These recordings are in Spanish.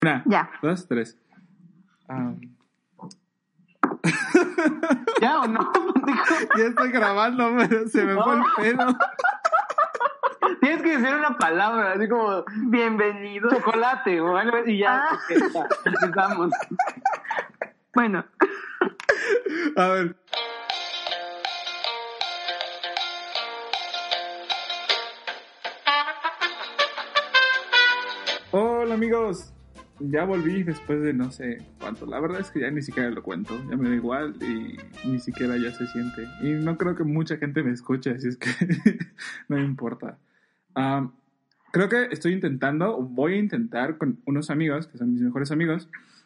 Una, Ya. 2, 3. ¿Ya o no? Ya estoy grabando, pero se me fue el pedo. Tienes que decir una palabra, así como Bienvenido. chocolate o algo así, y ya, ok, ya, empezamos. Bueno, A ver. Hola amigos, ya volví después de no sé cuánto. La verdad es que ya ni siquiera lo cuento, ya me da igual y ni siquiera ya se siente. Y no creo que mucha gente me escuche, así es que no me importa. Creo que voy a intentar con unos amigos, que son mis mejores amigos,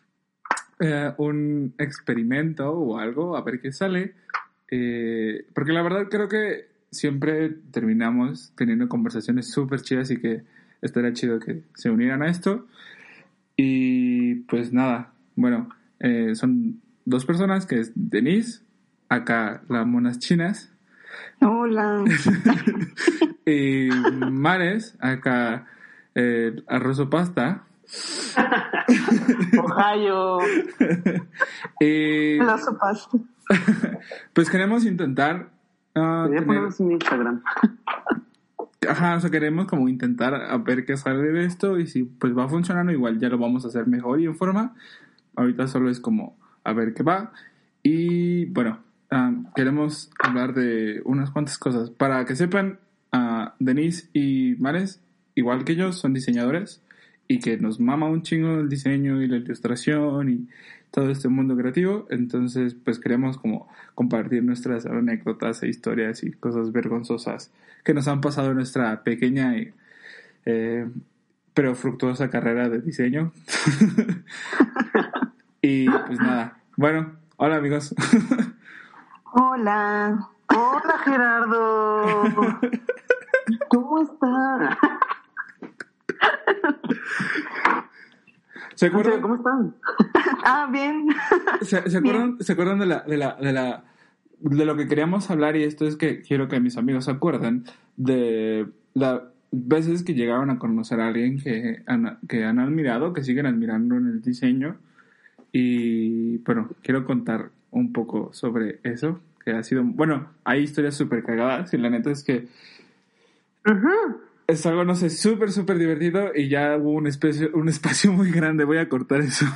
un experimento o algo, a ver qué sale. Porque la verdad creo que siempre terminamos teniendo conversaciones súper chidas y que estaría chido que se unieran a esto. Y pues nada, bueno, son dos personas, que es Denise, acá las monas chinas, hola. y Mares, acá arroz o pasta. Ohio. Y La sopaste. pues queremos intentar Voy a ponernos en Instagram. Ajá, o sea, queremos como intentar a ver qué sale de esto y si pues va funcionando, igual ya lo vamos a hacer mejor y en forma. Ahorita solo es como a ver qué va. Y bueno, queremos hablar de unas cuantas cosas. Para que sepan, Denise y Mares, igual que ellos, son diseñadores y que nos mama un chingo el diseño y la ilustración y todo este mundo creativo. Entonces, pues queremos como compartir nuestras anécdotas e historias y cosas vergonzosas que nos han pasado en nuestra pequeña pero fructuosa carrera de diseño. Y pues nada. Bueno, hola amigos. Hola. Hola, Gerardo. ¿Cómo estás? ¿Se acuerdan? ¿Cómo están? Bien. ¿Se acuerdan de lo que queríamos hablar? Y esto es que quiero que mis amigos se acuerden de las veces que llegaron a conocer a alguien que han admirado, que siguen admirando en el diseño. Y bueno, quiero contar un poco sobre eso, que ha sido... Bueno, hay historias súper cagadas y la neta es que es algo, no sé, súper, súper divertido y ya hubo un espacio muy grande. Voy a cortar eso.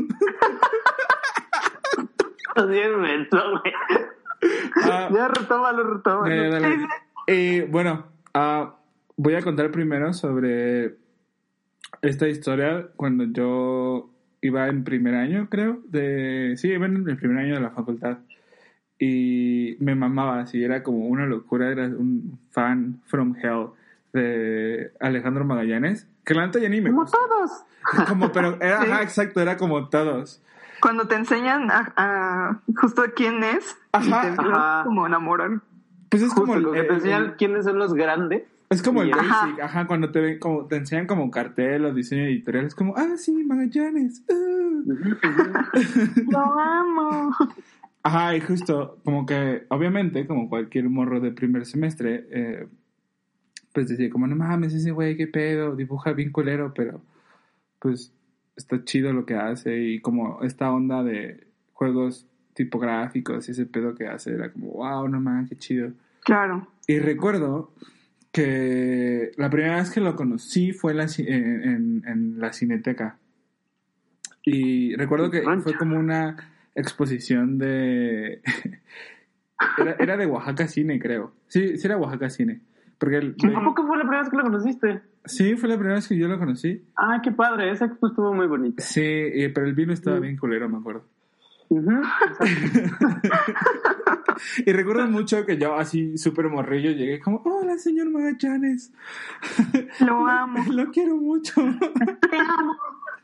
Ya retómalo. Dale. Y bueno, voy a contar primero sobre esta historia cuando yo iba en primer año, creo. Iba en el primer año de la facultad. Y me mamaba, así, era como una locura. Era un fan from hell de Alejandro Magallanes. Que la neta ya ni me Como gusta. todos. Pero era, Sí. ajá, exacto, era como todos. Cuando te enseñan a justo quién es, Ajá, y te empiezas ajá. como a enamorar. Pues es Justo, como que te enseñan quiénes son los grandes. es como el Y- basic, ajá, cuando te ven como te enseñan como cartel o diseño editorial, es como, sí, Magallanes. Lo amo. Ajá, y justo, como que, obviamente, como cualquier morro de primer semestre, pues decía como, no mames, ese güey, qué pedo, dibuja bien culero, pero pues está chido lo que hace, y como esta onda de juegos tipográficos y ese pedo que hace, era como, wow, no mames, qué chido. Claro. Y recuerdo que la primera vez que lo conocí fue en la Cineteca. Y recuerdo que fue como una exposición de... era de Oaxaca Cine, creo. Sí era Oaxaca Cine. Porque ¿A poco fue la primera vez que lo conociste? Sí, fue la primera vez que yo lo conocí. Ah, qué padre, esa expo estuvo muy bonita. Sí, pero el vino estaba bien culero, me acuerdo. Y recuerdo mucho que yo así súper morrillo llegué como, hola señor Magallanes. Lo amo. Lo quiero mucho. Te amo.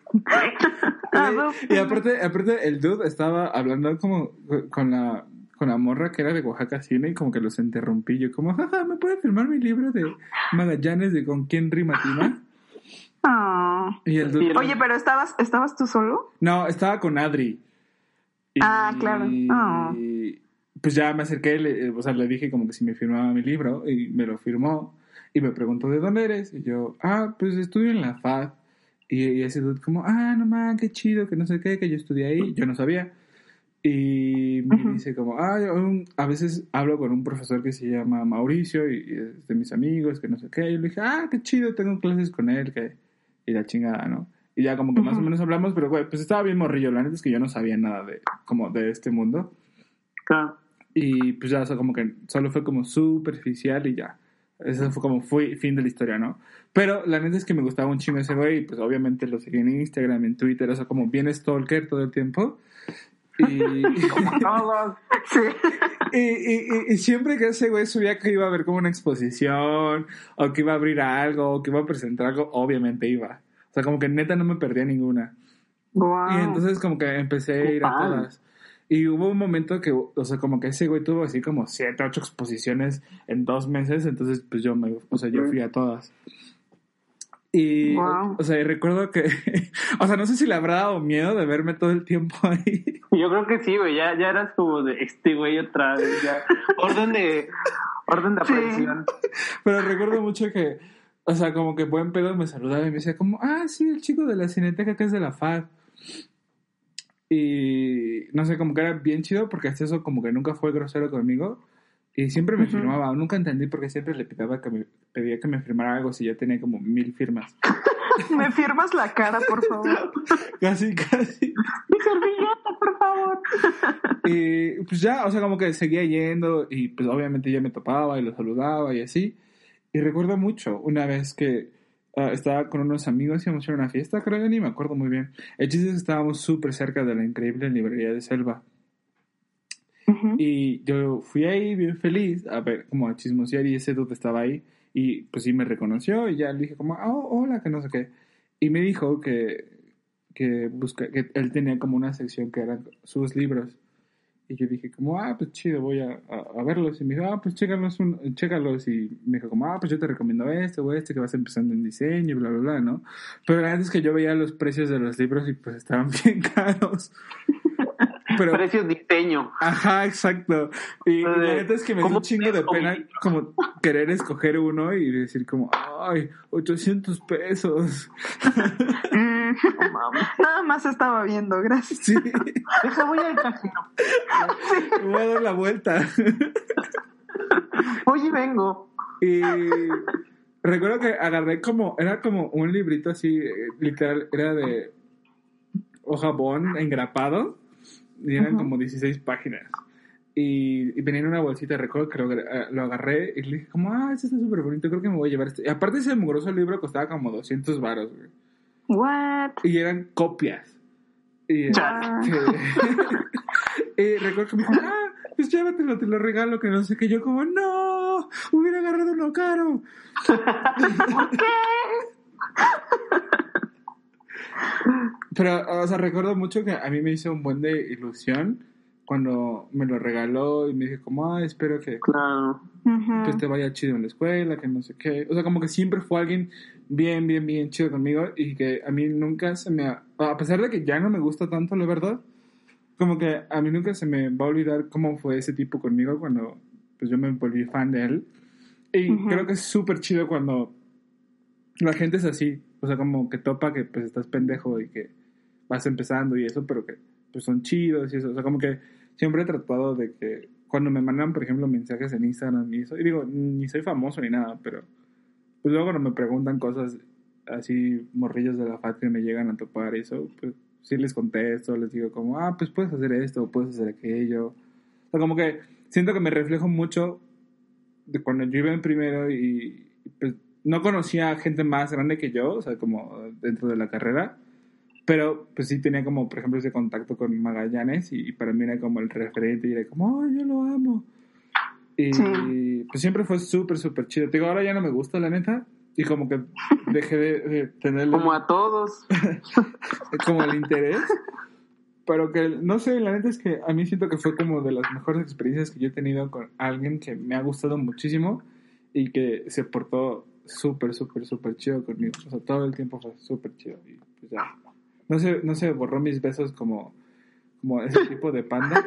Y aparte el dude estaba hablando como con la morra que era de Oaxaca Cine y como que los interrumpí. Yo como, jaja, ¿me puede firmar mi libro de Magallanes de con quién rima Tina? Y el dude, Oye, pero ¿estabas tú solo? no, estaba con Adri. Claro. Pues ya me acerqué, le dije como que si me firmaba mi libro y me lo firmó y me preguntó ¿de dónde eres? Y yo, pues estudio en la FAD Y ese dude como, no man, qué chido, que no sé qué, que yo estudié ahí. Yo no sabía. Y me dice como, a veces hablo con un profesor que se llama Mauricio y es de mis amigos, que no sé qué. Y le dije, qué chido, tengo clases con él, y la chingada, ¿no? Y ya como que más o menos hablamos, pero güey, pues estaba bien morrillo. La neta es que yo no sabía nada de este mundo. Claro. Y pues ya, o sea, como que solo fue como superficial y ya. Eso fue como fin de la historia, ¿no? Pero la neta es que me gustaba un chingo ese güey y pues obviamente lo seguí en Instagram, en Twitter, o sea, como bien stalker todo el tiempo. Como todos. Sí. Y siempre que ese güey subía que iba a haber como una exposición o que iba a abrir algo o que iba a presentar algo, obviamente iba. O sea, como que neta no me perdía ninguna. Wow. Y entonces como que empecé a ir a todas. Y hubo un momento que, o sea, como que ese güey tuvo así como 7, 8 exposiciones en 2 meses, entonces pues yo fui a todas. Y, o sea, y recuerdo que, o sea, no sé si le habrá dado miedo de verme todo el tiempo ahí. Yo creo que sí, güey, ya eras como de este güey otra vez, ya. Orden de aprehensión. Pero recuerdo mucho que, o sea, como que buen pedo me saludaba y me decía como, sí, el chico de la Cineteca que es de la FAD. Y no sé, como que era bien chido porque hasta eso como que nunca fue grosero conmigo y siempre me firmaba. Nunca entendí por qué siempre le pedía que me firmara algo si ya tenía como 1000 firmas. ¿Me firmas la cara, por favor? Casi. Mi servilleta, por favor. Y pues ya, o sea, como que seguía yendo y pues obviamente ya me topaba y lo saludaba y así. Y recuerdo mucho una vez que estaba con unos amigos y íbamos a ir a una fiesta, creo que ni me acuerdo muy bien. El chiste es que estábamos súper cerca de la increíble librería de Selva. Y yo fui ahí bien feliz a ver, como a chismosear, y ese dude estaba ahí y pues sí me reconoció y ya le dije como, hola, que no sé qué. Y me dijo que él tenía como una sección que eran sus libros. Y yo dije como, pues chido, voy a verlos. Y me dijo, pues chécalos. Y me dijo como, pues yo te recomiendo este o este que vas empezando en diseño y bla, bla, bla, ¿no? Pero la verdad es que yo veía los precios de los libros y pues estaban bien caros. Pero, precios diseño. Ajá, exacto. Y la neta es que me dio un chingo de pena como querer escoger uno y decir como, 800 pesos. Nada más estaba viendo, gracias. Sí. Deja, voy al cajero. Voy a dar la vuelta. Oye, vengo. Y recuerdo que agarré era como un librito así, literal, era de hoja bond engrapado. Y eran como 16 páginas. Y venía en una bolsita. Recuerdo que lo agarré y le dije como, este está súper bonito, creo que me voy a llevar este. Y aparte ese mugroso libro costaba como 200 varos, güey. What? Y eran copias. Y recuerdo que me dijo, pues llévatelo, te lo regalo, que no sé qué. Yo como, no, hubiera agarrado uno caro. ¿Por qué? Pero, o sea, recuerdo mucho que a mí me hizo un buen de ilusión cuando me lo regaló y me dije como, espero que claro. pues te vaya chido en la escuela, que no sé qué. O sea, como que siempre fue alguien bien, bien, bien chido conmigo y que a mí nunca a pesar de que ya no me gusta tanto, la verdad, como que a mí nunca se me va a olvidar cómo fue ese tipo conmigo cuando pues yo me volví fan de él. Y creo que es súper chido cuando la gente es así. O sea, como que topa que pues estás pendejo y que vas empezando y eso, pero que pues son chidos y eso. O sea, como que siempre he tratado de que cuando me mandan, por ejemplo, mensajes en Instagram y eso, y digo, ni soy famoso ni nada, pero pues luego cuando me preguntan cosas así, morrillos de la FAT que me llegan a topar y eso, pues sí les contesto, les digo como, pues puedes hacer esto, puedes hacer aquello. O sea, como que siento que me reflejo mucho de cuando yo iba en primero y pues no conocía a gente más grande que yo, o sea, como dentro de la carrera, pero pues sí tenía como, por ejemplo, ese contacto con Magallanes y para mí era como el referente y era como, yo lo amo. Y pues siempre fue súper, súper chido. Te digo, ahora ya no me gusta, la neta, y como que dejé de tenerle... Como a todos. como el interés. Pero que, no sé, la neta es que a mí siento que fue como de las mejores experiencias que yo he tenido con alguien que me ha gustado muchísimo y que se portó súper, súper, súper chido conmigo. O sea, todo el tiempo fue súper chido. Y pues ya. No se borró mis besos como ese tipo de panda.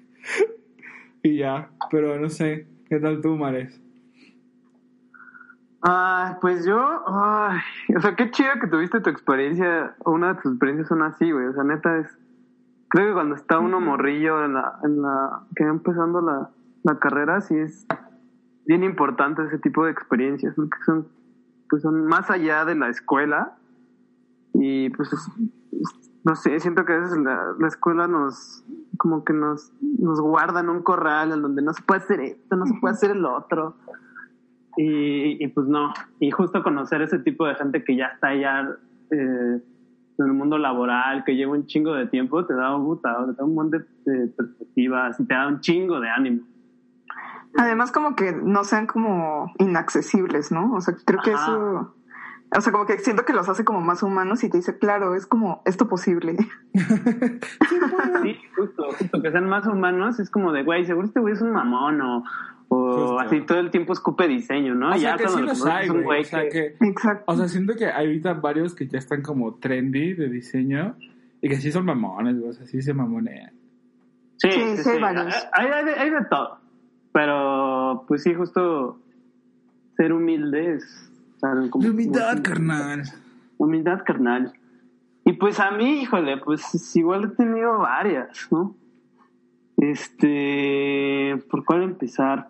Y ya. Pero no sé. ¿Qué tal tú, Mares? Pues yo, o sea, qué chido que tuviste tu experiencia, una de tus experiencias son así, güey, o sea, neta creo que cuando está uno morrillo que va empezando la carrera, sí es bien importante ese tipo de experiencias, porque son más allá de la escuela, y pues, no sé, siento que a veces la escuela como que nos guarda en un corral en donde no se puede hacer esto, no se puede hacer el otro. Y pues no, y justo conocer ese tipo de gente que ya está ya en el mundo laboral, que lleva un chingo de tiempo, te da un montón de perspectivas y te da un chingo de ánimo. Además, como que no sean como inaccesibles, ¿no? O sea, creo que eso... O sea, como que siento que los hace como más humanos y te dice, claro, es como esto posible. Sí, justo, que sean más humanos, es como de, güey, seguro este güey es un mamón o justo. Así todo el tiempo escupe diseño, ¿no? O sea, ya que sí los hay, güey. Exacto. O sea, siento que hay ahorita varios que ya están como trendy de diseño y que sí son mamones, güey. O sea, sí se mamonean. Sí, hay varios. Hay de todo. Pero, pues sí, justo ser humildes. Humildad, carnal. Humildad, carnal. Y pues a mí, híjole, pues igual he tenido varias, ¿no? ¿Por cuál empezar?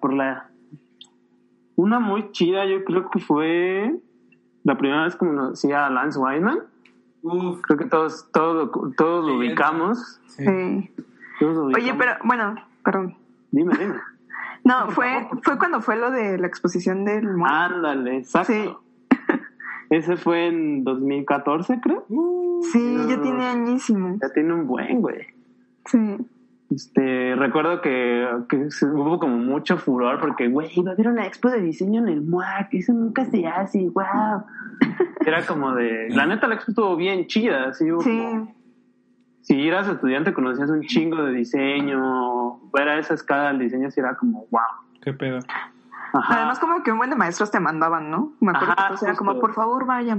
Una muy chida, yo creo que fue la primera vez que conocí a Lance Wyman. Creo que todos lo ubicamos. Sí. Todos lo ubicamos. Oye, pero, bueno, perdón. Dime. No, fue cuando fue lo de la exposición del MOAC. Ándale, exacto. Sí. Ese fue en 2014, creo. Sí, ya tiene añísimo. Ya tiene un buen, güey. Sí. Recuerdo que hubo como mucho furor porque, güey, iba a haber una expo de diseño en el MUAC, eso nunca se hace, wow. Era como de, la neta la expo estuvo bien chida, así. Sí. Si eras estudiante conocías un chingo de diseño, ver a esa escala del diseño sí era como, wow. Qué pedo. Ajá. Además como que un buen de maestros te mandaban, ¿no? Me acuerdo que era como, por favor vayan.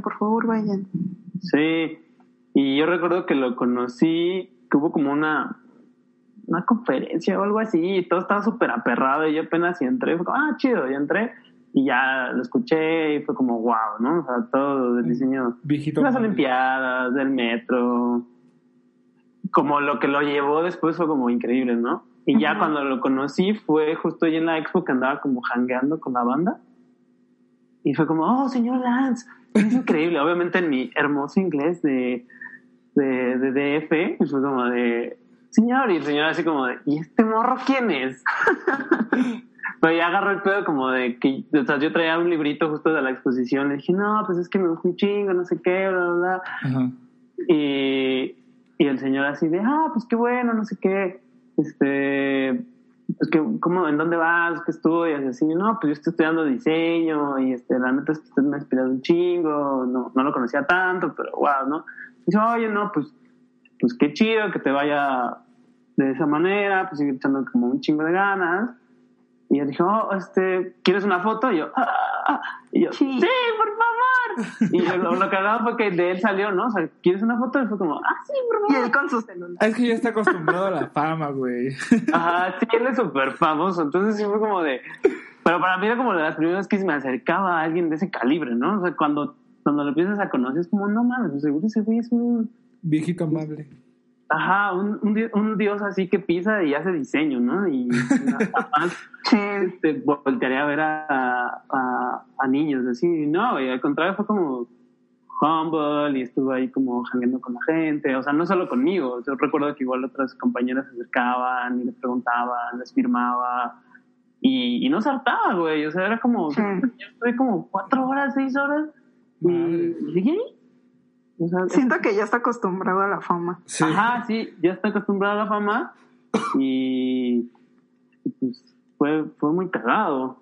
Sí, y yo recuerdo que lo conocí, que hubo como una conferencia o algo así, y todo estaba súper aperrado, y yo apenas entré, fue como, chido, y entré, y ya lo escuché, y fue como, wow, ¿no? O sea, todo el diseño, viejito, las olimpiadas, del metro, como lo que lo llevó después fue como increíble, ¿no? Y ya cuando lo conocí fue justo ahí en la expo que andaba como jangueando con la banda, y fue como, señor Lance, es increíble, obviamente en mi hermoso inglés de DF, fue como de, señor, y el señor así como de, ¿y este morro quién es? Pero ya agarró el pedo como de que, o sea, yo traía un librito justo de la exposición, le dije, no, pues es que me gusta un chingo, no sé qué, bla, bla, bla. Uh-huh. Y el señor así de, pues qué bueno, no sé qué, pues que, ¿cómo, en dónde vas? ¿Qué estudias? Y así, no, pues yo estoy estudiando diseño y la neta es que usted me ha inspirado un chingo, no lo conocía tanto, pero wow, ¿no? Y dice, oye, no, pues qué chido que te vaya de esa manera, pues sigue echando como un chingo de ganas. Y yo dije, ¿quieres una foto? Y yo, y yo, sí, por favor. Y lo cagado fue que de él salió, ¿no? O sea, ¿quieres una foto? Y fue como, sí, por favor. Y él con sus celular. Es que ya está acostumbrado a la fama, güey. Ajá, sí, él es súper famoso. Entonces sí fue como de... Pero para mí era como de las primeras que me acercaba a alguien de ese calibre, ¿no? O sea, cuando lo empiezas a conocer es como, no mames, seguro ese güey es un... viejito amable. Ajá, un dios así que pisa y hace diseño, ¿no? Y además voltearía a ver a niños, así. No, y al contrario fue como humble y estuvo ahí como jangueando con la gente. O sea, no solo conmigo. Yo recuerdo que igual otras compañeras se acercaban y les preguntaban, les firmaba. Y no se hartaba, güey. O sea, era como... Yo estuve como 4 horas, 6 horas. Y dije... O sea, siento que ya está acostumbrado a la fama. Sí. Ajá, sí, ya está acostumbrado a la fama y pues fue muy cagado.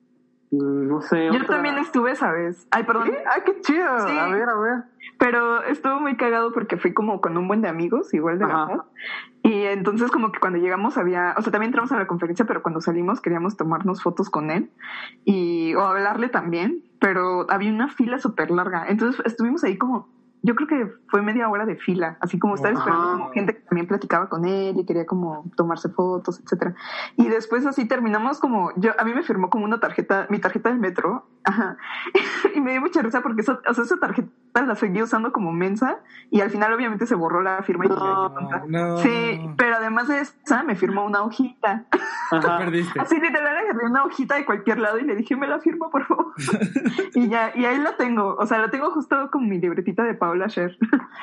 No sé. Yo también estuve esa vez. Ay, perdón. ¿Sí? Ay, qué chido. Sí. A ver. Pero estuvo muy cagado porque fui como con un buen de amigos, igual de la FAD. Y entonces como que cuando llegamos o sea, también entramos a la conferencia, pero cuando salimos queríamos tomarnos fotos con él o hablarle también, pero había una fila súper larga. Entonces estuvimos ahí como yo creo que fue media hora de fila, así como estar esperando como gente que también platicaba con él y quería como tomarse fotos, etcétera. Y después así terminamos como, a mí me firmó como una tarjeta, mi tarjeta del metro, y me dio mucha risa porque esa tarjeta la seguí usando como mensa y al final obviamente se borró la firma. No. Sí, pero además de esa me firmó una hojita. Te perdiste. Así literal agarré una hojita de cualquier lado y le dije, me la firma por favor. y ahí la tengo, o sea, la tengo justo con mi libretita de Paula Scher.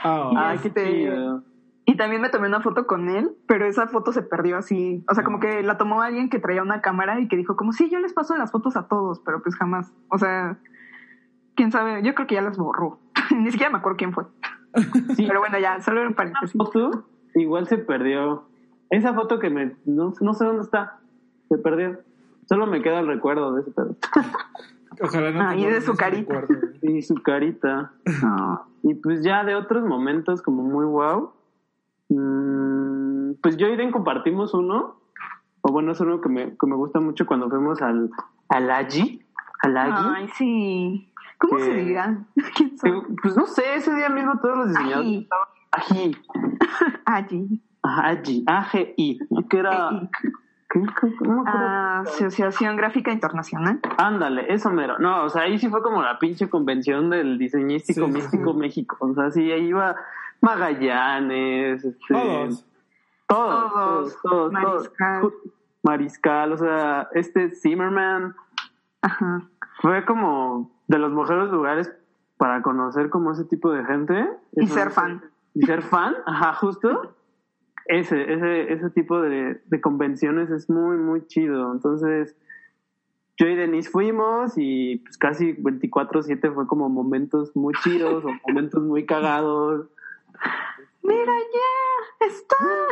Y también me tomé una foto con él, pero esa foto se perdió así, o sea, como que la tomó alguien que traía una cámara y que dijo como, sí, yo les paso las fotos a todos, pero pues jamás, o sea, quién sabe, yo creo que ya las borró. Ni siquiera me acuerdo quién fue. Sí. Pero bueno, ya, solo era un paréntesis. Esa foto igual se perdió. Esa foto que no sé dónde está, se perdió. Solo me queda el recuerdo de ese pedo. Ojalá no. Y de su carita. Y su carita. Y pues ya de otros momentos como muy wow. Pues yo y Den compartimos uno. O bueno, es uno que me gusta mucho cuando fuimos al Agi. Ay, sí. ¿Cómo se dirá? ¿Quién sabe? Pues no sé, ese día mismo todos los diseñadores estaban Agi. Agi. AGI. Que era... Asociación Gráfica Internacional. Ándale, eso mero. No, o sea, ahí sí fue como la pinche convención del diseñístico místico México. O sea, sí, ahí iba Magallanes, todos. Mariscal, o sea, Zimmerman. Ajá. Fue como de los mejores lugares para conocer como ese tipo de gente. Y ser fan. Ajá, justo. Ese tipo de convenciones es muy, muy chido. Entonces, yo y Denise fuimos y pues casi 24/7 fue como momentos muy chidos o momentos muy cagados. ¡Mira ya! ¡Está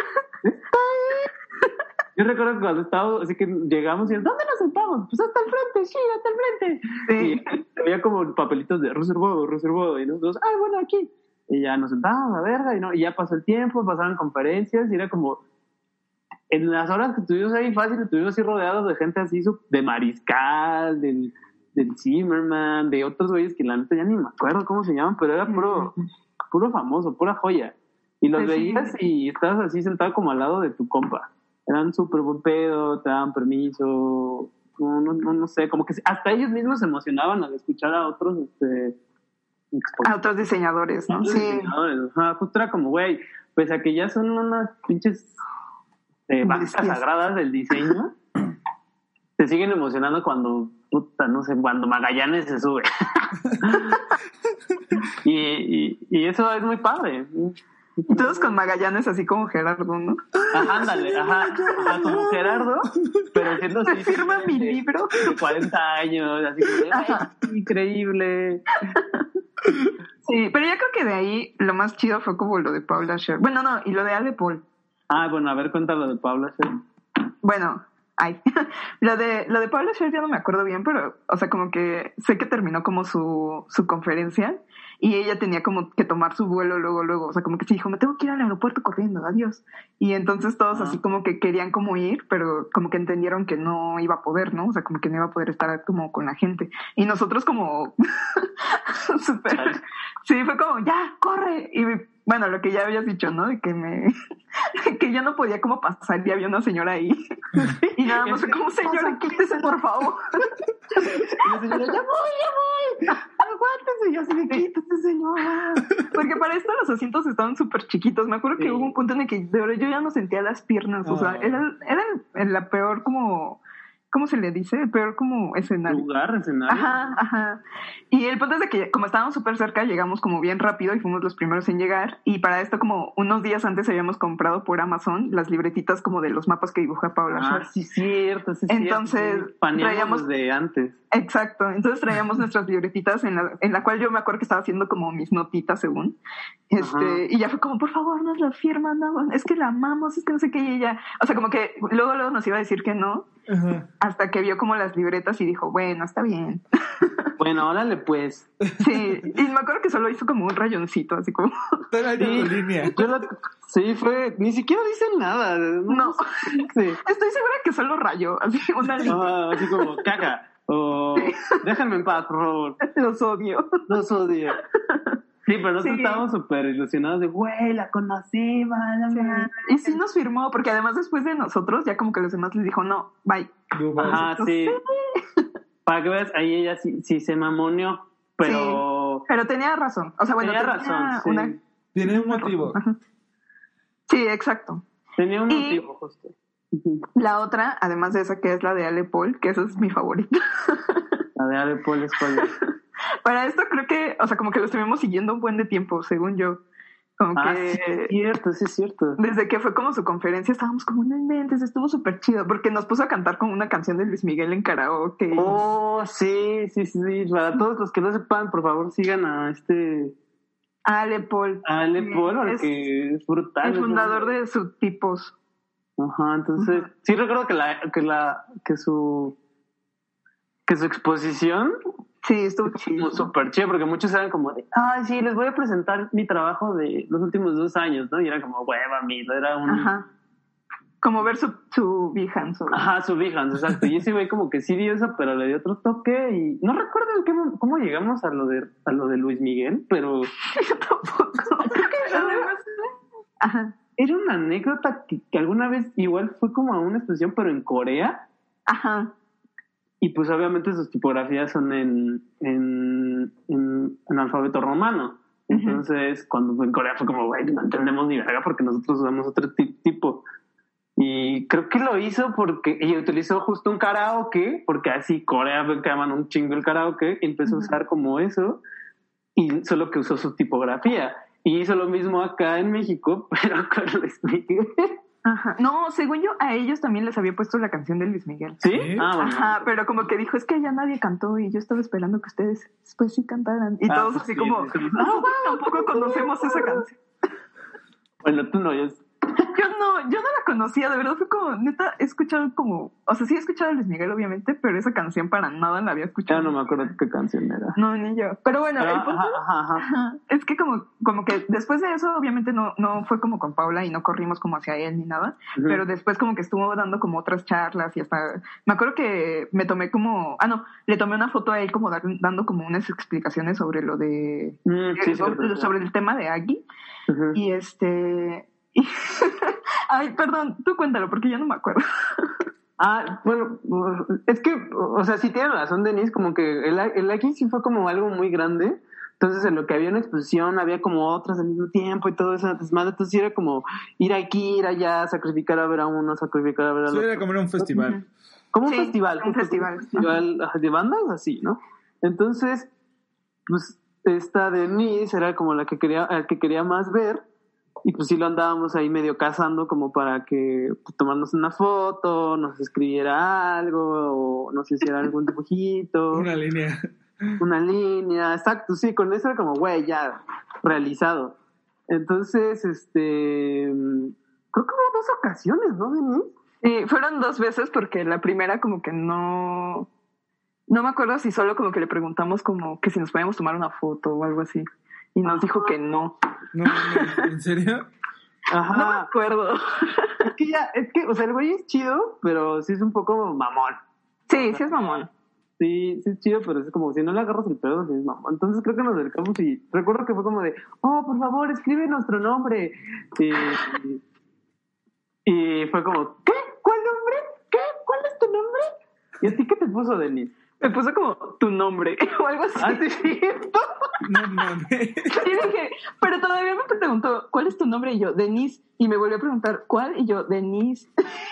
ahí! Yo recuerdo que cuando estábamos, así que llegamos y ¿dónde nos sentamos? Pues hasta el frente, sí, hasta el frente. Sí. Y había como papelitos de reservado y nosotros, ay, bueno, aquí. Y ya nos sentábamos a la verga y ya pasó el tiempo, pasaron conferencias y era como en las horas que estuvimos ahí fácil, estuvimos así rodeados de gente así de Mariscal, del Zimmerman, de otros güeyes que la neta ya ni me acuerdo cómo se llaman, pero era puro famoso, pura joya. Y los veías y estabas así sentado como al lado de tu compa. Eran súper buen pedo, te daban permiso, no sé, como que hasta ellos mismos se emocionaban al escuchar a otros a otros diseñadores, ¿no? Sí. Diseñadores. Justo era como, güey, pues a que ya son unas pinches vacas sagradas del diseño, te siguen emocionando cuando, no sé, cuando Magallanes se sube. y eso es muy padre. Y todos con Magallanes así como Gerardo, ¿no? Ándale, como Gerardo, pero siendo así. Firma mi libro. De 40 años, así que increíble. Sí, pero yo creo que de ahí lo más chido fue como lo de Paula Scher. Bueno, no, y lo de Ale Paul. Bueno, a ver, cuéntalo de Paula Scher. Bueno, lo de Paula Scher ya no me acuerdo bien, pero, o sea, como que sé que terminó como su conferencia y ella tenía como que tomar su vuelo luego, o sea, como que se dijo, me tengo que ir al aeropuerto corriendo, adiós. Y entonces todos así como que querían como ir, pero como que entendieron que no iba a poder, ¿no? O sea, como que no iba a poder estar como con la gente. Y nosotros como súper, sí, fue como, ya, corre. Y bueno, lo que ya habías dicho, ¿no? De que yo no podía como pasar y había una señora ahí. Y nada más fue como, señora, quítese, por favor. Y la señora, ya voy. Aguántese. Y yo así de, quítese, señora. Porque para esto los asientos estaban súper chiquitos. Me acuerdo que hubo un punto en el que de verdad yo ya no sentía las piernas. O sea, era la peor como... ¿Cómo se le dice? El peor como escenario. Escenario. Ajá. Y el punto es de que como estábamos súper cerca, llegamos como bien rápido y fuimos los primeros en llegar. Y para esto como unos días antes habíamos comprado por Amazon las libretitas como de los mapas que dibuja Paula Scher. Sí, cierto. Entonces traíamos de antes. Exacto. Entonces traíamos nuestras libretitas en la cual yo me acuerdo que estaba haciendo como mis notitas según. Y ya fue como, por favor, nos la firman, no, es que la amamos, es que no sé qué, y ella, o sea, como que luego nos iba a decir que no. Ajá. Hasta que vio como las libretas y dijo, bueno, está bien. Bueno, órale pues. Sí, y me acuerdo que solo hizo como un rayoncito, así como... línea. Sí, fue... Ni siquiera dicen nada. No. Sí. Estoy segura que solo rayó, así una línea. Así como, caca. O déjenme en paz, por favor. Los odio. Sí, pero nosotros Sí. estábamos súper ilusionados de, güey, la conocí, man. Y sí nos firmó, porque además después de nosotros, ya como que los demás les dijo, no, bye. Dubai. Ajá, sí. Para que veas, ahí ella sí se mamoneó, pero... Pero tenía razón. O sea, bueno, tenía razón, sí. una... Tiene un motivo. Ajá. Sí, exacto. Tenía un Y- motivo, justo. Ujú. La otra, además de esa, que es la de Ale Paul, que esa es mi favorita. La de Ale Paul Escobar. Para esto creo que, o sea, como que lo estuvimos siguiendo un buen de tiempo, según yo. Como Ah, que sí, es cierto. desde que fue como su conferencia estábamos como, no inventes, estuvo súper chido, porque nos puso a cantar como una canción de Luis Miguel en karaoke. Oh, sí. Para todos los que no sepan, por favor, sigan a Ale Paul. Ale Paul, porque es brutal. El fundador de Subtipos. Ajá, entonces, sí recuerdo que su exposición Sí, estuvo chido. súper chido, porque muchos eran como de, ay, sí, les voy a presentar mi trabajo de los últimos 2 años, ¿no? Y era como, hueva, era un... Ajá. Como ver su Behance. ¿O? Ajá, su Behance, exacto. Y ese güey como que sí dio eso, pero le dio otro toque y no recuerdo cómo llegamos a lo de Luis Miguel, pero Yo tampoco. Ajá. era una anécdota que alguna vez igual fue como a una exposición, pero en Corea. Ajá. Y pues obviamente sus tipografías son en alfabeto romano. Entonces, cuando fue en Corea fue como, güey, no entendemos ni verga porque nosotros usamos otro tipo. Y creo que lo hizo porque ella utilizó justo un karaoke, porque así Corea ve que aman un chingo el karaoke, y empezó a usar como eso, y solo que usó su tipografía. Y hizo lo mismo acá en México, pero con Luis Miguel. Ajá. No, según yo, a ellos también les había puesto la canción de Luis Miguel. ¿Sí? ¿Sí? Ah, bueno. Ajá, pero como que dijo, es que ya nadie cantó y yo estaba esperando que ustedes después sí cantaran. Y todos pues así sí, como, sí, sí. nosotros tampoco conocemos esa canción. Bueno, tú no, yo... Yo no la conocía, de verdad fue como, neta, he escuchado como, o sea, sí he escuchado a Luis Miguel, obviamente, pero esa canción para nada la había escuchado. Ya no me acuerdo qué canción era. No, ni yo. Pero bueno, el punto Ajá. es que como que después de eso, obviamente no fue como con Paula y no corrimos como hacia él ni nada, Ujú. pero después como que estuvo dando como otras charlas y hasta, me acuerdo que me tomé como, le tomé una foto a él como dando como unas explicaciones sobre lo de, Sí, sobre el tema de Agui. Ujú. Y ay, perdón, tú cuéntalo porque yo no me acuerdo. Bueno, es que, o sea, sí tiene razón Denise, como que el aquí sí fue como algo muy grande, entonces en lo que había una exposición había como otras al mismo tiempo y todo eso desmadre, entonces sí era como ir aquí, ir allá, sacrificar a ver a uno, sacrificar a ver a Eso otro. era como en un festival. Como un Sí, festival. un justo, festival. como un festival de bandas, así, ¿no? Entonces, pues esta Denise era como el que quería más ver. Y pues sí lo andábamos ahí medio cazando como para que pues, tomarnos una foto, nos escribiera algo, o nos hiciera algún dibujito. Una línea. Una línea, exacto, sí, con eso era como, güey, ya, realizado. Entonces, creo que hubo 2 ocasiones, ¿no, Denise? Fueron 2 veces porque la primera como que no me acuerdo si solo como que le preguntamos como que si nos podíamos tomar una foto o algo así. Y nos dijo que no. No, ¿en serio? Ajá. No me acuerdo. Es que, o sea, el güey es chido, pero sí es un poco mamón. Sí es mamón. Sí es chido, pero es como si no le agarras el pedo, sí es mamón. Entonces creo que nos acercamos y recuerdo que fue como de, oh, por favor, escribe nuestro nombre. Y fue como, ¿qué? ¿Cuál nombre? ¿Qué? ¿Cuál es tu nombre? ¿Y a ti qué te puso, Denise? Me puso como tu nombre o algo así. Ah, sí, cierto. No mames. Y dije, pero todavía me preguntó, ¿cuál es tu nombre? Y yo, Denise. Y me volvió a preguntar, ¿cuál? Y yo, Denise.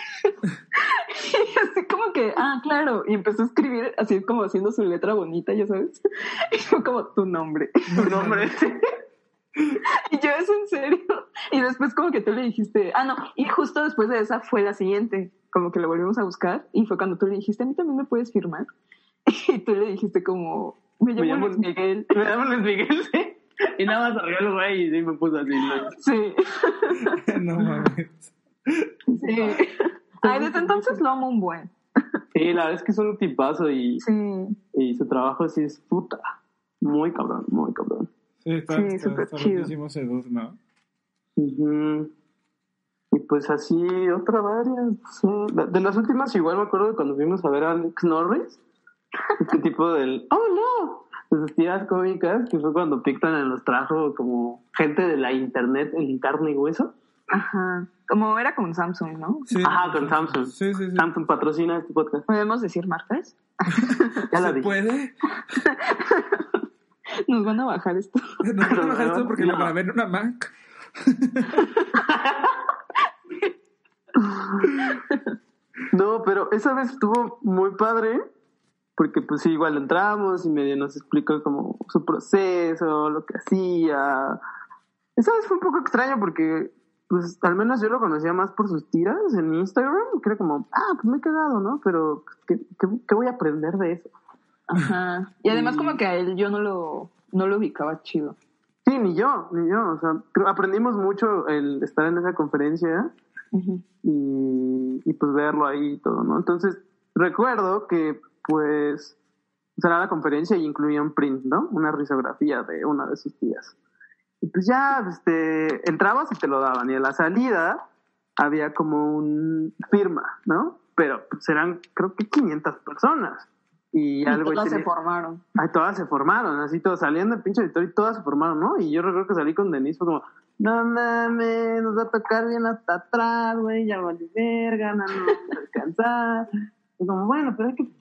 Y así como que, claro. Y empezó a escribir así como haciendo su letra bonita, ya sabes. Y fue como, tu nombre. Tu nombre. Y yo, ¿es en serio? Y después como que tú le dijiste, no. Y justo después de esa fue la siguiente. Como que lo volvimos a buscar. Y fue cuando tú le dijiste, ¿a mí también me puedes firmar? Y tú le dijiste como, me llamo Luis Miguel. Me llamo Luis Miguel, sí. Y nada más arriba el güey y sí me puso así. Sí. No mames. Sí. Ay, desde entonces lo amo un buen. Sí, la verdad es que es un tipazo y su trabajo sí es puta. Muy cabrón, muy cabrón. Sí, está súper chido. loquísimo ese dude, ¿no? Uh-huh. Y pues así, otra varias. Sí. De las últimas, igual me acuerdo de cuando fuimos a ver a Alex Norris. Este tipo del, oh no, sus tiras cómicas, que fue cuando Pictoline nos trajo como gente de la internet en carne y hueso. Ajá. Como era con Samsung, ¿no? Sí, Ajá, con Samsung. Sí. Samsung patrocina este podcast. ¿Podemos decir marcas? Ya la ¿Se dije. puede? Nos van a bajar esto. Nos van a bajar esto porque No. lo grabé en una Mac. No, pero esa vez estuvo muy padre, porque pues sí, igual entramos y medio nos explicó como su proceso, lo que hacía. Esa vez fue un poco extraño porque, pues, al menos yo lo conocía más por sus tiras en Instagram, que era como, pues me he cagado, ¿no? Pero, ¿qué voy a aprender de eso? Ajá. Y además como que a él yo no lo ubicaba chido. Sí, ni yo, o sea, aprendimos mucho el estar en esa conferencia y pues verlo ahí y todo, ¿no? Entonces, recuerdo que, pues, será la conferencia y incluía un print, ¿no? Una risografía de una de sus tías. Y pues ya, entrabas y te lo daban. Y en la salida había como un firma, ¿no? Pero pues eran, creo que 500 personas. Y algo todas se formaron. Ay, todas se formaron, así todas salían del pinche auditorio y todas se formaron, ¿no? Y yo recuerdo que salí con Denise, fue como, no mames, nos va a tocar bien hasta atrás, güey, ya vale verga, no vamos a alcanzar. Y como, bueno, pero hay que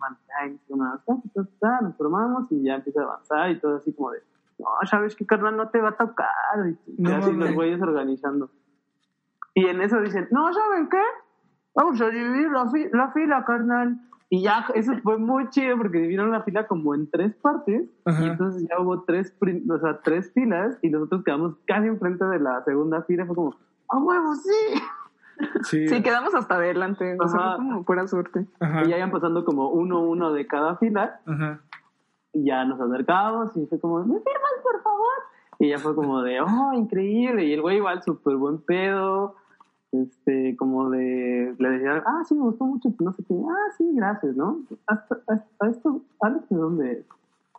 nos formamos y ya empieza a avanzar y todo así como de, no, sabes que carnal no te va a tocar. Y No, así mames. los güeyes organizando. Y en eso dicen, no, ¿saben qué? Vamos a dividir la fila, carnal. Y ya, eso fue muy chido porque dividieron la fila como en 3 partes. Ajá. Y entonces ya hubo 3 filas y nosotros quedamos casi enfrente de la segunda fila. Fue como, ¡a huevo, sí! Sí, quedamos hasta adelante. O sea, Ajá. fue como pura suerte. Ajá. Y ya iban pasando como uno de cada fila. Ajá. Y ya nos acercamos y fue como, ¿me firmas, por favor? Y ya fue como de, oh, increíble. Y el güey igual súper buen pedo. Como de, le decía, sí, me gustó mucho, no sé qué, sí, gracias, ¿no? Hasta esto, ¿Alex de dónde es?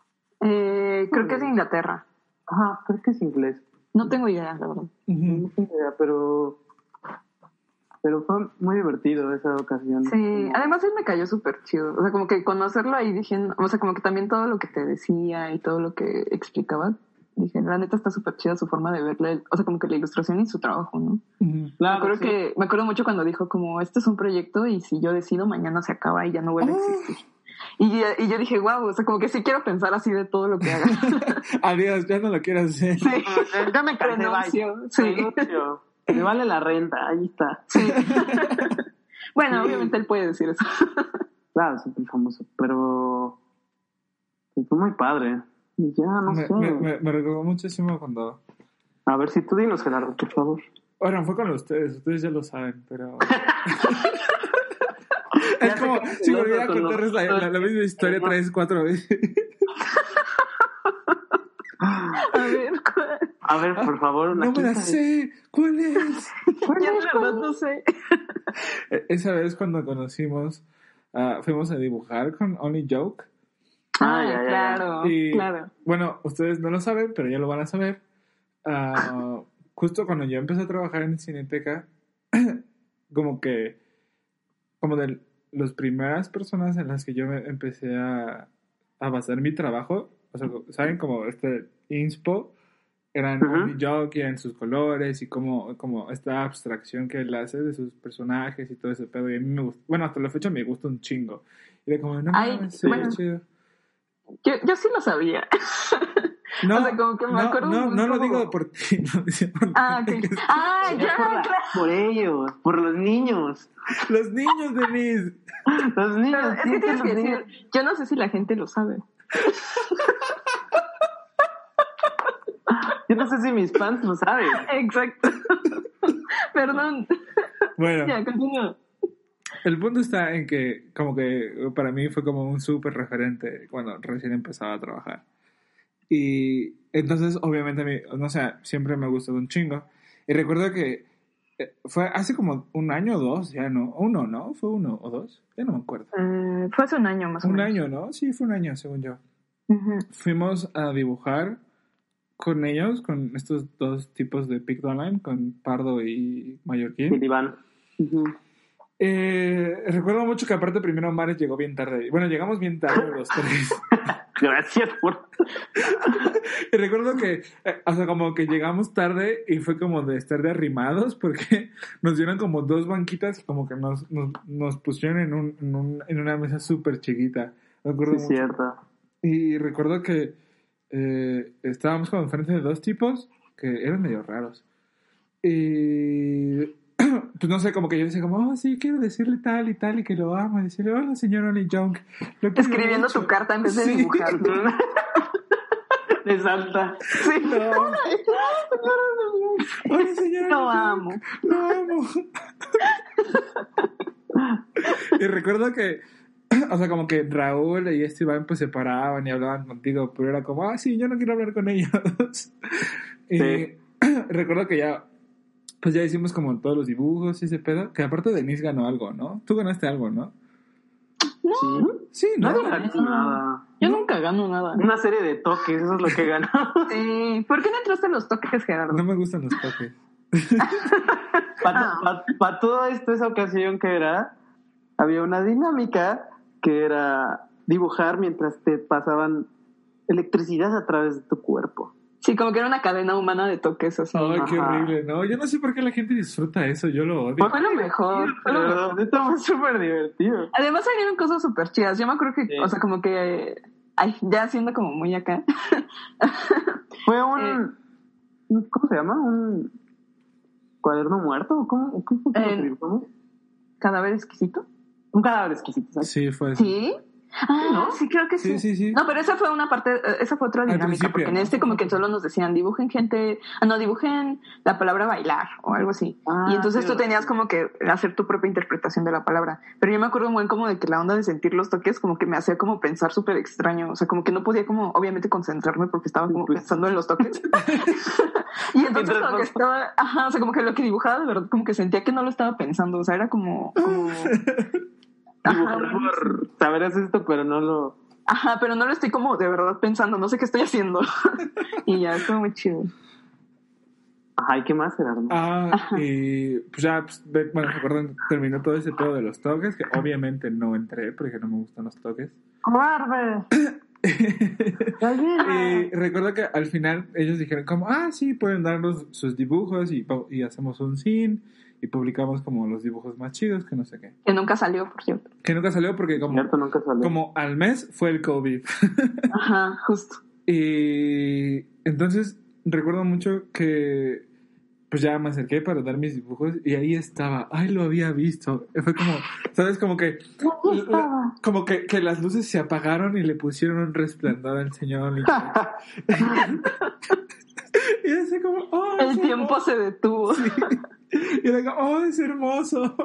Creo que es de Inglaterra. Ajá, creo que es inglés. No tengo idea, la verdad. No tengo idea, pero fue muy divertido esa ocasión. Sí, además él me cayó súper chido. O sea, como que conocerlo ahí dije, o sea, como que también todo lo que te decía y todo lo que explicaba, dije, la neta está súper chida su forma de verle, o sea, como que la ilustración y su trabajo, ¿no? Claro, Me acuerdo mucho cuando dijo como, este es un proyecto y si yo decido mañana se acaba y ya no vuelve a existir. Y yo dije, wow, o sea, como que sí quiero pensar así de todo lo que haga. Adiós, ya no lo quiero hacer. Sí, ya me cansé, renuncio. bye. Sí. Renuncio. Me vale la renta, ahí está. Sí. Bueno, obviamente él puede decir eso. Claro, es muy famoso, pero fue muy padre. Y ya, no sé. Me recordó muchísimo cuando... A ver, si tú dinos, Gerardo, por favor. Bueno, fue con ustedes ya lo saben, pero... Ya es sé como que si volviera a con contarles la misma historia 3-4 veces. A ver, por favor, una No me la quinta sé. ¿Cuál es? Yo de verdad no sé. Esa vez cuando conocimos, fuimos a dibujar con Only Joke. Ya. Claro, Y, claro. bueno, ustedes no lo saben, pero ya lo van a saber. Justo cuando yo empecé a trabajar en Cineteca, como de las primeras personas en las que yo empecé a basar mi trabajo, o sea, ¿saben? Como inspo, eran Only Joke, y en sus colores y como esta abstracción que él hace de sus personajes y todo ese pedo. Y a mí me gusta, bueno, hasta la fecha me gusta un chingo. Y de como, no mames, sí, bueno, chido. Yo sí lo sabía. No, o sea, como que me acuerdo no lo digo por ti. No, ok. Ya por ellos, por los niños. Los niños, Denise. Los niños. Pero es que tienes que decir, yo no sé si la gente lo sabe. Yo no sé si mis fans lo saben. Exacto. Perdón. Bueno, Ya, continúa. el punto está en que como que para mí fue como un súper referente cuando recién empezaba a trabajar. Y entonces obviamente a mí, no sé, siempre me ha gustado un chingo. Y recuerdo que fue hace como 1 año o 2, ya no, 1, ¿no? ¿Fue 1 o 2? Ya no me acuerdo. Fue hace un año más o menos. 1 año, ¿no? Sí, fue 1 año según yo. Uh-huh. Fuimos a dibujar con ellos, con estos 2 tipos de Pictoline, con Pardo y Mallorquín. El Iván. Recuerdo mucho que aparte primero Mares llegó bien tarde. Bueno, llegamos bien tarde los tres. Gracias por... Y recuerdo que, o sea, como que llegamos tarde y fue como de estar de arrimados porque nos dieron como 2 banquitas y como que nos pusieron en una mesa súper chiquita. Me acuerdo Sí, mucho. cierto. Y recuerdo que estábamos como enfrente de 2 tipos que eran medio raros. Y pues no sé, como que yo decía como, oh, sí, quiero decirle tal y tal y que lo amo. Y decirle, hola, señor Oli Young. Lo quiero Escribiendo mucho. tu carta en vez de Sí. dibujar. De Santa. Sí. No. Hola, señor Lo Oli Young. amo. Lo amo. Y recuerdo que, o sea, como que Raúl y Iván pues se paraban y hablaban contigo, pero era como, ah, sí, yo no quiero hablar con ellos. Y Sí. recuerdo que ya, pues ya hicimos como todos los dibujos y ese pedo, que aparte Denise ganó algo, ¿no? Tú ganaste algo, ¿no? Sí. Sí, ¿no? Nadie ganó nada. Yo nunca gano nada. Una serie de toques, eso es lo que ganó. Sí. ¿Por qué no entraste en los toques, Gerardo? No me gustan los toques. Para toda esa ocasión que era, había una dinámica que era dibujar mientras te pasaban electricidad a través de tu cuerpo. Sí, como que era una cadena humana de toques así. Ay, qué Ajá. horrible, ¿no? Yo no sé por qué la gente disfruta eso, yo lo odio. Fue lo mejor. Fue lo mejor. Esto fue súper divertido. Además salieron cosas súper chidas. Yo me acuerdo que, Sí. o sea, como que... Ay, ya siendo como muy acá. Fue un... ¿Cómo se llama? ¿Un cuaderno muerto? ¿Cómo fue que lo dibujamos? Cadáver exquisito. Un cadáver exquisito, ¿sabes? Sí, fue eso. ¿Sí? Ah, sí, creo que sí. Sí. No, pero esa fue una parte, esa fue otra dinámica, principio, porque en ¿no? este como que solo nos decían, dibujen dibujen la palabra bailar o algo así. Ah, Y entonces sí, tú tenías como que hacer tu propia interpretación de la palabra. Pero yo me acuerdo muy como de que la onda de sentir los toques como que me hacía como pensar súper extraño. O sea, como que no podía como, obviamente, concentrarme porque estaba como pensando en los toques. Y entonces como que estaba, ajá, o sea, como que lo que dibujaba de verdad, como que sentía que no lo estaba pensando. O sea, era como Dibujar por saber hacer esto, pero no lo... Ajá, pero no lo estoy como de verdad pensando, no sé qué estoy haciendo. Y ya, es como muy chido. Ajá, ¿y qué más, Gerardo? Y pues ya, pues, bueno, recuerden, terminó todo ese pedo de los toques, que obviamente no entré porque no me gustan los toques. ¡Cobarde! Y recuerdo que al final ellos dijeron como, sí, pueden darnos sus dibujos y hacemos un zine y publicamos como los dibujos más chidos, que no sé qué. Que nunca salió, por cierto. Que nunca salió porque Nunca salió. como al mes fue el COVID. Ajá, justo. Y entonces recuerdo mucho que pues ya me acerqué para dar mis dibujos y ahí estaba, lo había visto. Fue como, ¿sabes? Como que que las luces se apagaron y le pusieron un resplandor al señor. Y así como, el tiempo se detuvo. Sí. Y era como, es hermoso.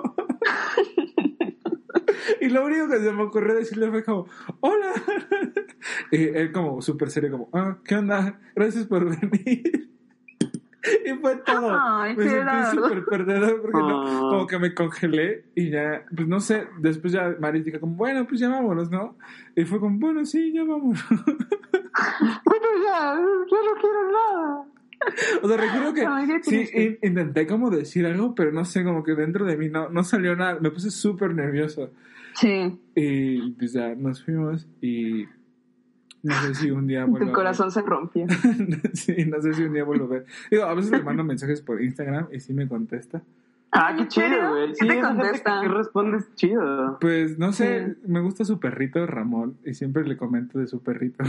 Y lo único que se me ocurrió decirle fue como, hola. Y él como súper serio, como, ¿qué onda? Gracias por venir. Y fue todo. Ay, me sentí Gerardo. súper perdedor porque como que me congelé y ya, pues no sé, después ya Maris dijo como, bueno, pues ya vámonos, ¿no? Y fue como, bueno, sí, ya vámonos. Bueno, ya no quiero nada. O sea, recuerdo que Ay, qué sí, triste. intenté como decir algo, pero no sé, como que dentro de mí no salió nada. Me puse súper nervioso. Sí, Y pues ya nos fuimos y no sé si un día vuelvo tu a corazón se rompió. ver. Sí, no sé si un día vuelvo a ver. Digo, a veces le mando mensajes por Instagram y sí me contesta. Qué ¿en serio? chido, güey. ¿Qué Sí, te esa gente contesta? que respondes chido. Pues no sé, Sí. me gusta su perrito Ramón y siempre le comento de su perrito.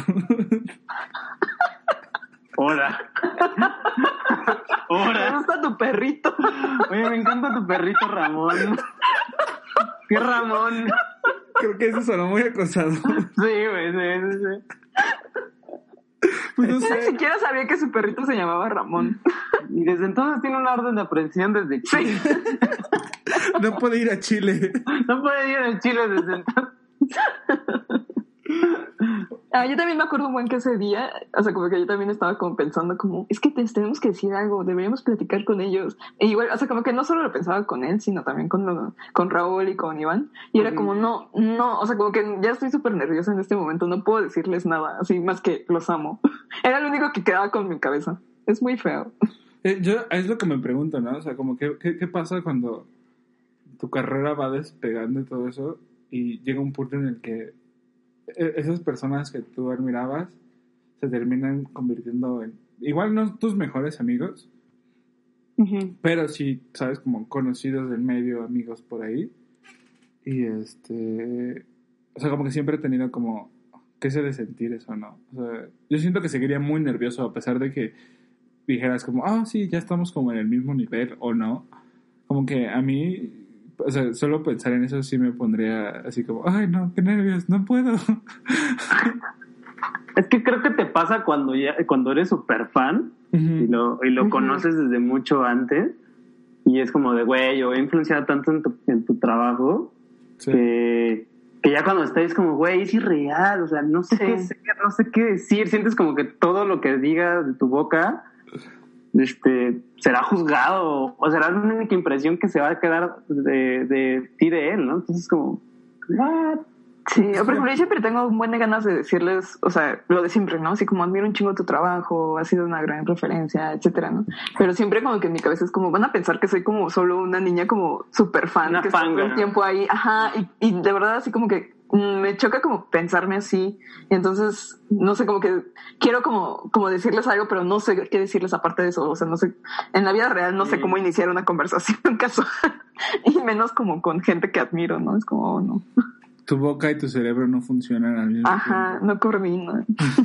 Hola. Me Hola. gusta tu perrito. Oye, me encanta tu perrito Ramón. ¿Qué Ramón? Creo que eso sonó muy acosador. Sí, güey, sí. Pues no Yo ni sé. siquiera sabía que su perrito se llamaba Ramón. Y desde entonces tiene una orden de aprehensión desde Chile. Sí. No puede ir a Chile. No puede ir en Chile desde entonces. Yo también me acuerdo un buen que ese día, o sea, como que yo también estaba como pensando como, es que tenemos que decir algo, deberíamos platicar con ellos. E igual, o sea, como que no solo lo pensaba con él, sino también con Raúl y con Iván. Y era como, no, o sea, como que ya estoy súper nerviosa en este momento, no puedo decirles nada, así más que los amo. Era lo único que quedaba con mi cabeza. Es muy feo. Yo es lo que me pregunto, ¿no? O sea, como ¿qué pasa cuando tu carrera va despegando y todo eso, y llega un punto en el que esas personas que tú admirabas se terminan convirtiendo en, igual no tus mejores amigos, Uh-huh. pero sí, sabes, como conocidos del medio, amigos por ahí. Y o sea, como que siempre he tenido como, ¿qué se de sentir eso, no? O sea, yo siento que seguiría muy nervioso a pesar de que dijeras como, sí, ya estamos como en el mismo nivel o no. Como que a mí, o sea, solo pensar en eso sí me pondría así como, ay, no, qué nervios, no puedo. Es que creo que te pasa cuando eres súper fan y lo Uh-huh. conoces desde mucho antes y es como de, güey, yo he influenciado tanto en tu trabajo Sí. que ya cuando estás como, güey, es irreal, o sea, no sé no sé qué decir, sientes como que todo lo que digas de tu boca será juzgado o será la única impresión que se va a quedar de ti, de él, ¿no? Entonces como, what? Sí, o por ejemplo, yo siempre tengo un buen de ganas de decirles, o sea, lo de siempre, ¿no? Así como admiro un chingo tu trabajo, has sido una gran referencia, etcétera, ¿no? Pero siempre como que en mi cabeza es como, van a pensar que soy como solo una niña como súper fan, Una que está todo fangirl. el tiempo ahí, ajá, y de verdad así como que me choca como pensarme así, y entonces, no sé, como que quiero como decirles algo, pero no sé qué decirles aparte de eso, o sea, no sé, en la vida real no sé cómo iniciar una conversación casual, y menos como con gente que admiro, ¿no? Es como, oh, no. Tu boca y tu cerebro no funcionan al mismo Ajá, tiempo. no coordino.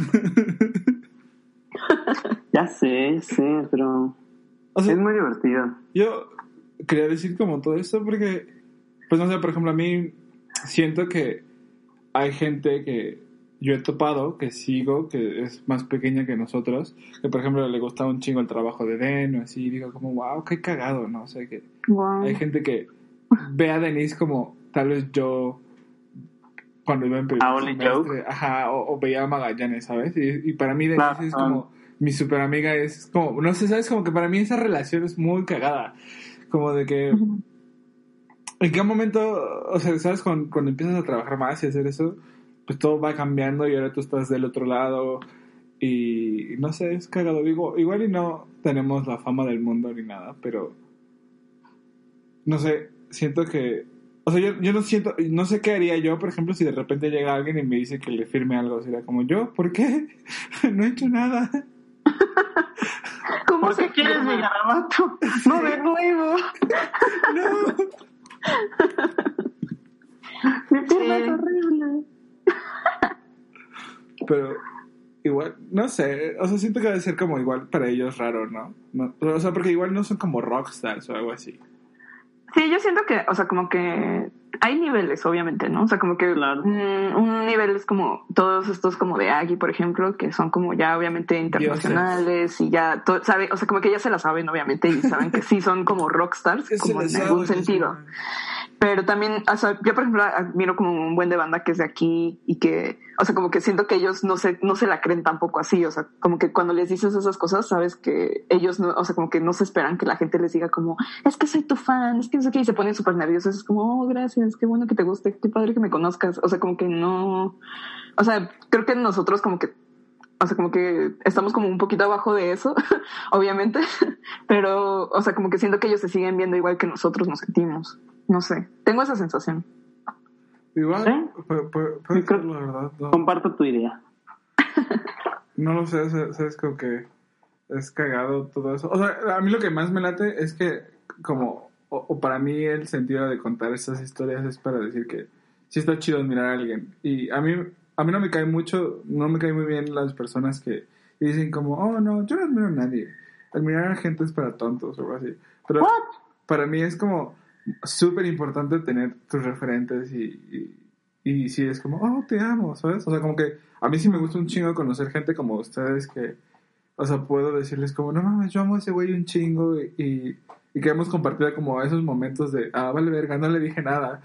Ya sé, pero O sea, es muy divertido. yo quería decir como todo esto porque, pues no sé, por ejemplo, a mí siento que hay gente que yo he topado, que sigo, que es más pequeña que nosotros, que por ejemplo le gusta un chingo el trabajo de Den o así, y digo como, wow, qué cagado, ¿no? O sea, que Wow. hay gente que ve a Denise como tal vez yo cuando iba en primer A Only semestre, Joke. ajá, o veía a Magallanes, ¿sabes? Y para mí Denise Claro. es como mi super amiga, es como, no sé, ¿sabes? Como que para mí esa relación es muy cagada, como de que Ujú. ¿en qué momento, o sea, sabes, cuando empiezas a trabajar más y hacer eso, pues todo va cambiando y ahora tú estás del otro lado y no sé, es cagado. Digo, igual y no tenemos la fama del mundo ni nada, pero no sé, siento que, o sea, yo no siento, no sé qué haría yo, por ejemplo, si de repente llega alguien y me dice que le firme algo, sería como, ¿yo? ¿Por qué? No he hecho nada. ¿Cómo ¿Por qué se quieres firma? mi garabato? No, de nuevo. No. Mi pierna Sí. es horrible. Pero igual, no sé, o sea, siento que debe ser como igual para ellos raro, ¿no? O sea, porque igual no son como rockstars o algo así. Sí, yo siento que, o sea, como que hay niveles, obviamente, ¿no? O sea, como que Claro. un nivel es como todos estos como de Aggie, por ejemplo, que son como ya obviamente internacionales y ya, sabe, o sea, como que ya se la saben, obviamente, y saben que sí son como rockstars, como en algún sentido. Pero también, o sea, yo por ejemplo admiro como un buen de banda que es de aquí y que, o sea, como que siento que ellos no se la creen tampoco así, o sea, como que cuando les dices esas cosas, sabes que ellos no, o sea, como que no se esperan que la gente les diga como, es que soy tu fan, es que no sé qué, y se ponen súper nerviosos, es como, oh, gracias, qué bueno que te guste, qué padre que me conozcas, o sea, como que no, o sea, creo que nosotros como que, o sea, como que estamos como un poquito abajo de eso, obviamente, pero, o sea, como que siento que ellos se siguen viendo igual que nosotros nos sentimos. No sé, tengo esa sensación. Igual, ¿Sí? puede Yo creo- ser, la verdad. No, Comparto tu idea. no lo sé, sabes como que es cagado todo eso. O sea, a mí lo que más me late es que como, o para mí el sentido de contar estas historias es para decir que sí está chido admirar a alguien. Y a mí no me cae mucho, no me cae muy bien las personas que dicen como, oh no, yo no admiro a nadie. Admirar a gente es para tontos o algo así. Pero What? para mí es como súper importante tener tus referentes y si es como, oh, te amo, ¿sabes? O sea, como que a mí sí me gusta un chingo conocer gente como ustedes que, o sea, puedo decirles como, no mames, yo amo a ese güey un chingo y que hemos compartido como esos momentos de, vale verga, no le dije nada.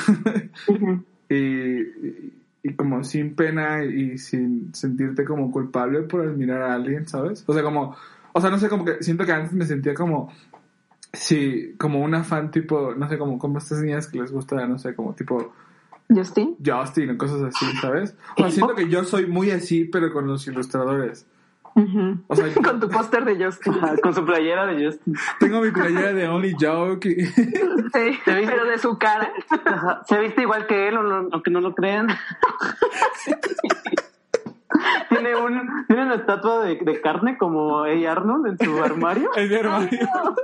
y como sin pena y sin sentirte como culpable por admirar a alguien, ¿sabes? O sea, como, o sea, no sé, como que siento que antes me sentía como, sí, como una fan tipo, no sé, como estas niñas que les gusta, no sé, como tipo ¿Justin? Justin o cosas así, ¿sabes? O sea, siento que yo soy muy así, pero con los ilustradores. O sea, con tu póster de Justin. Con su playera de Justin. tengo mi playera de Only Joke. Sí, pero de su cara. Ajá. Se viste igual que él, aunque no lo crean. Tiene una estatua de carne como A. Arnold en su armario. Es mi armario.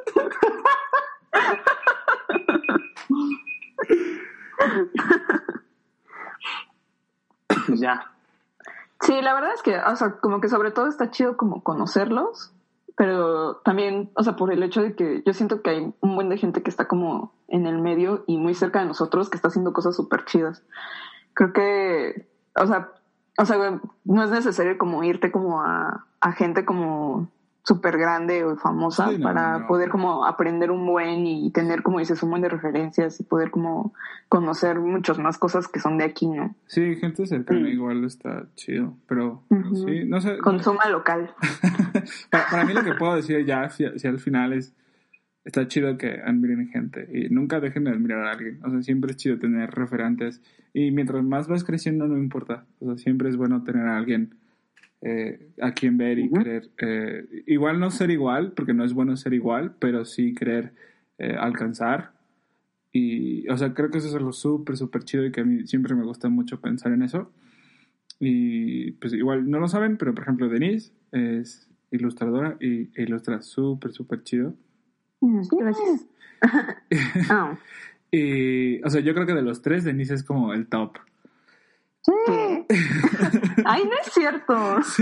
Pues ya. Sí, la verdad es que, o sea, como que sobre todo está chido como conocerlos, pero también, o sea, por el hecho de que yo siento que hay un buen de gente que está como en el medio y muy cerca de nosotros que está haciendo cosas súper chidas. Creo que, o sea, no es necesario como irte como a gente como súper grande o famosa para poder como aprender un buen y tener, como dices, un buen de referencias y poder como conocer muchas más cosas que son de aquí, ¿no? Sí, gente cercana igual está chido, pero sí, no sé. Consuma local. para mí lo que puedo decir ya, si al final es, está chido que admiren gente y nunca dejen de admirar a alguien. O sea, siempre es chido tener referentes y mientras más vas creciendo no importa. O sea, siempre es bueno tener a alguien a quien ver y querer. Igual no ser igual, porque no es bueno ser igual, pero sí querer alcanzar. Y, o sea, creo que eso es algo súper, súper chido y que a mí siempre me gusta mucho pensar en eso. Y pues igual no lo saben, pero por ejemplo Denise es ilustradora e ilustra súper, súper chido. Gracias. Oh. Y, o sea, yo creo que de los tres, Denise es como el top. ¿Qué? Ay, no es cierto. Sí.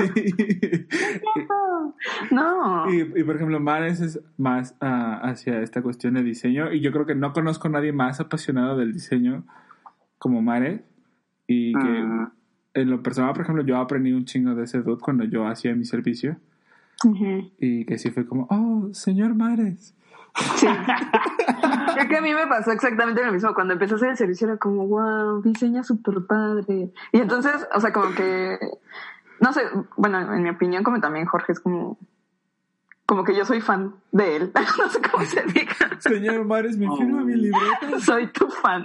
No. Y por ejemplo, Mares es más hacia esta cuestión de diseño. Y yo creo que no conozco a nadie más apasionado del diseño como Mares. Y que en lo personal, por ejemplo, yo aprendí un chingo de ese dude cuando yo hacía mi servicio. Y que sí fue como, oh, señor Mares. Sí. Creo que a mí me pasó exactamente lo mismo. Cuando empecé a hacer el servicio era como, wow, diseña súper padre. Y entonces, o sea, como que, no sé, bueno, en mi opinión, como también Jorge, es como que yo soy fan de él. No sé cómo se diga. Señor Mares, ¿me firma mi libreta? Soy tu fan.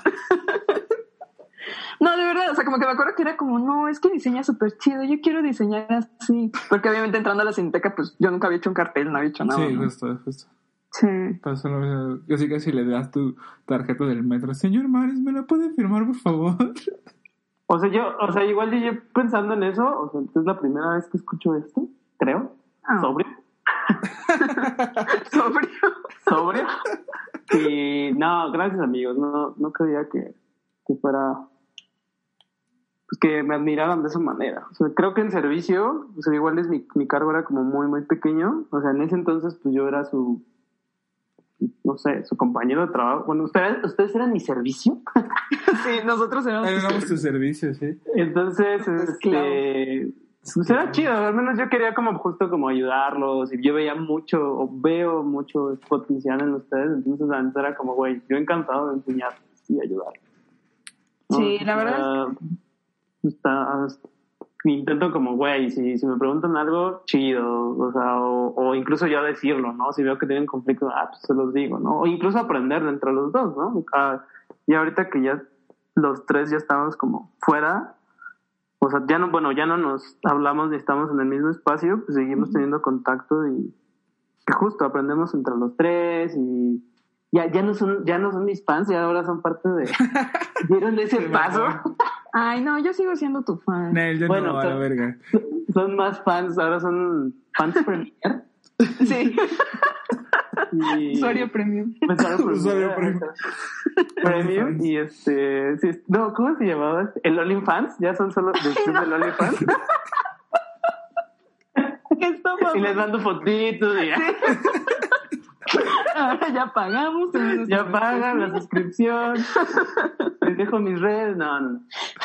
No, de verdad, o sea, como que me acuerdo que era como, no, es que diseña súper chido, yo quiero diseñar así. Porque obviamente entrando a la Cineteca, pues yo nunca había hecho un cartel, no había hecho nada. Sí, ¿no? justo. Sí. Pasó lo mismo. Casi casi le das tu tarjeta del metro. Señor Mares, ¿me la puede firmar, por favor? O sea, igual yo pensando en eso, o sea, es la primera vez que escucho esto, creo. Sobrio. Sobrio. Y no, gracias amigos, no creía que fuera, pues que me admiraran de esa manera. O sea, creo que en servicio, o sea, igual mi cargo era como muy, muy pequeño. O sea, en ese entonces, pues yo era su, no sé, su compañero de trabajo. Bueno, ¿ustedes eran mi servicio? Sí, nosotros éramos tu servicio, sí. Entonces, pues era chido, al menos yo quería como justo como ayudarlos y yo veía mucho, o veo mucho potencial en ustedes, entonces antes era como, güey, yo encantado de enseñarles y ayudar. Sí, la verdad es que intento como, güey, si me preguntan algo, chido, o sea, o incluso yo decirlo, ¿no? Si veo que tienen conflicto, pues se los digo, ¿no? O incluso aprender entre los dos, ¿no? Y ahorita que ya los tres ya estamos como fuera, o sea, ya no nos hablamos ni estamos en el mismo espacio, pues seguimos teniendo contacto y que justo aprendemos entre los tres y ya no son mis fans y ahora son parte de ¿vieron ese paso? Ay, no, yo sigo siendo tu fan. Bueno, a la verga. Son más fans, ahora son fans premier. Sí. Usuario premium. Usuario Premium y sí, no, ¿cómo se llamaba? El OnlyFans, ya son solo después del OnlyFans. Y les mando fotitos y ahora ya pagamos. Ya pagan la suscripción. Les dejo mis redes. No.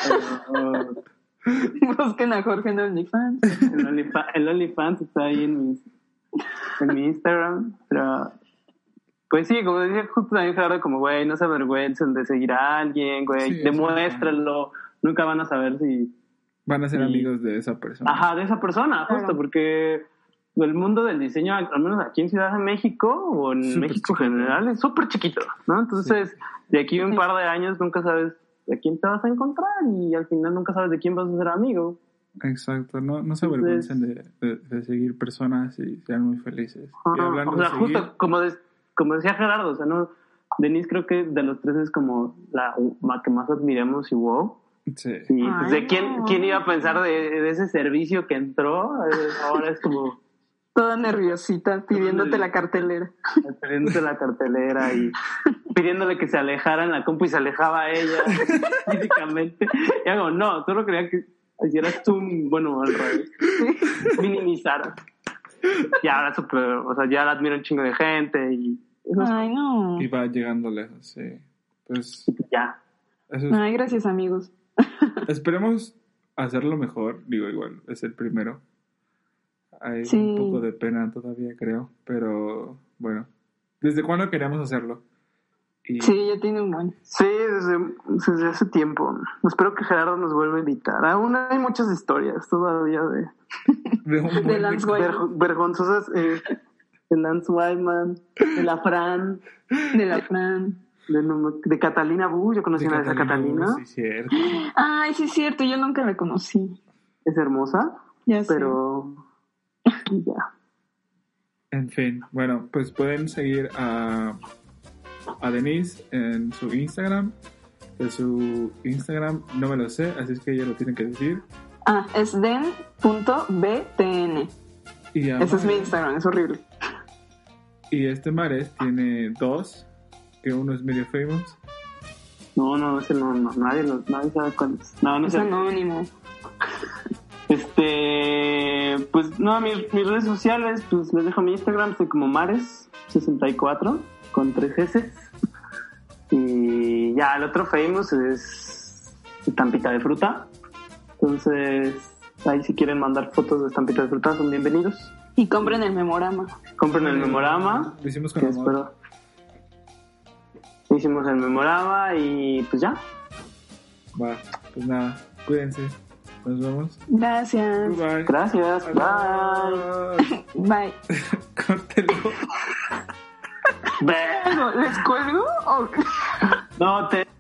Busquen a Jorge en OnlyFans. El OnlyFans está ahí en mi Instagram. Pero pues sí, como decía justo también Gerardo, como güey, no se avergüencen de seguir a alguien, güey, sí, demuéstrenlo. Nunca van a saber si van a ser amigos de esa persona. Ajá, de esa persona, justo, porque el mundo del diseño, al menos aquí en Ciudad de México o en super México en general, es súper chiquito, ¿no? Entonces, de aquí a un par de años nunca sabes de quién te vas a encontrar y al final nunca sabes de quién vas a ser amigo. Exacto, no se avergüencen de seguir personas y sean muy felices. Y hablando o sea, de seguir, justo como decía Gerardo, o sea, no, Denise creo que de los tres es como la que más admiremos y wow. sí. Y pues de Ay, quién iba a pensar de ese servicio que entró, ahora es como Toda nerviosita, pidiéndote la cartelera. pidiéndose la cartelera y pidiéndole que se alejara en la compu y se alejaba ella físicamente. Y hago, no, solo quería que hicieras tú, bueno, al revés, minimizaras. Y ahora super, o sea, ya la admiro un chingo de gente y eso es, Ay, no. Y va llegando lejos, sí. Pues ya. eso es, Ay, gracias, amigos. esperemos hacerlo mejor. Digo, igual, es el primero. Hay Sí. un poco de pena todavía, creo. Pero bueno, ¿desde cuándo queríamos hacerlo? Y Sí, ya tiene un buen. Sí, desde hace tiempo. Espero que Gerardo nos vuelva a invitar. Aún hay muchas historias todavía de un De buen Lance Wyman. vergonzosas. De Lance Wyman, de la Fran, De la Fran. de Catalina Bu. Yo conocí una vez a Catalina. Sí, cierto. Ay, sí es cierto, yo nunca la conocí. Es hermosa, Ya sé. pero ya. En fin, bueno, pues pueden seguir a Denise en su Instagram. De su Instagram no me lo sé, así es que ella lo tiene que decir. Es den.btn. Y a Ese es mi Mares- Instagram, es horrible. Y este Mares tiene dos, que uno es medio famous. No, ese no, nadie sabe cuál es. No Es sé. anónimo. Pues no, mis redes sociales, pues les dejo mi Instagram, soy como Mares64 con 3 S. Y ya, el otro famous es estampita de fruta. Entonces, ahí si quieren mandar fotos de estampita de fruta, son bienvenidos. Y compren el memorama. Compren el memorama. Lo hicimos con Que amor. espero. Hicimos el memorama y pues ya. Va, pues nada, cuídense. Nos vemos. Gracias. Bye. Gracias. Bye. Adiós. Bye. Córtelo. Bye. ¿Les cuelgo? ¿O qué? No, te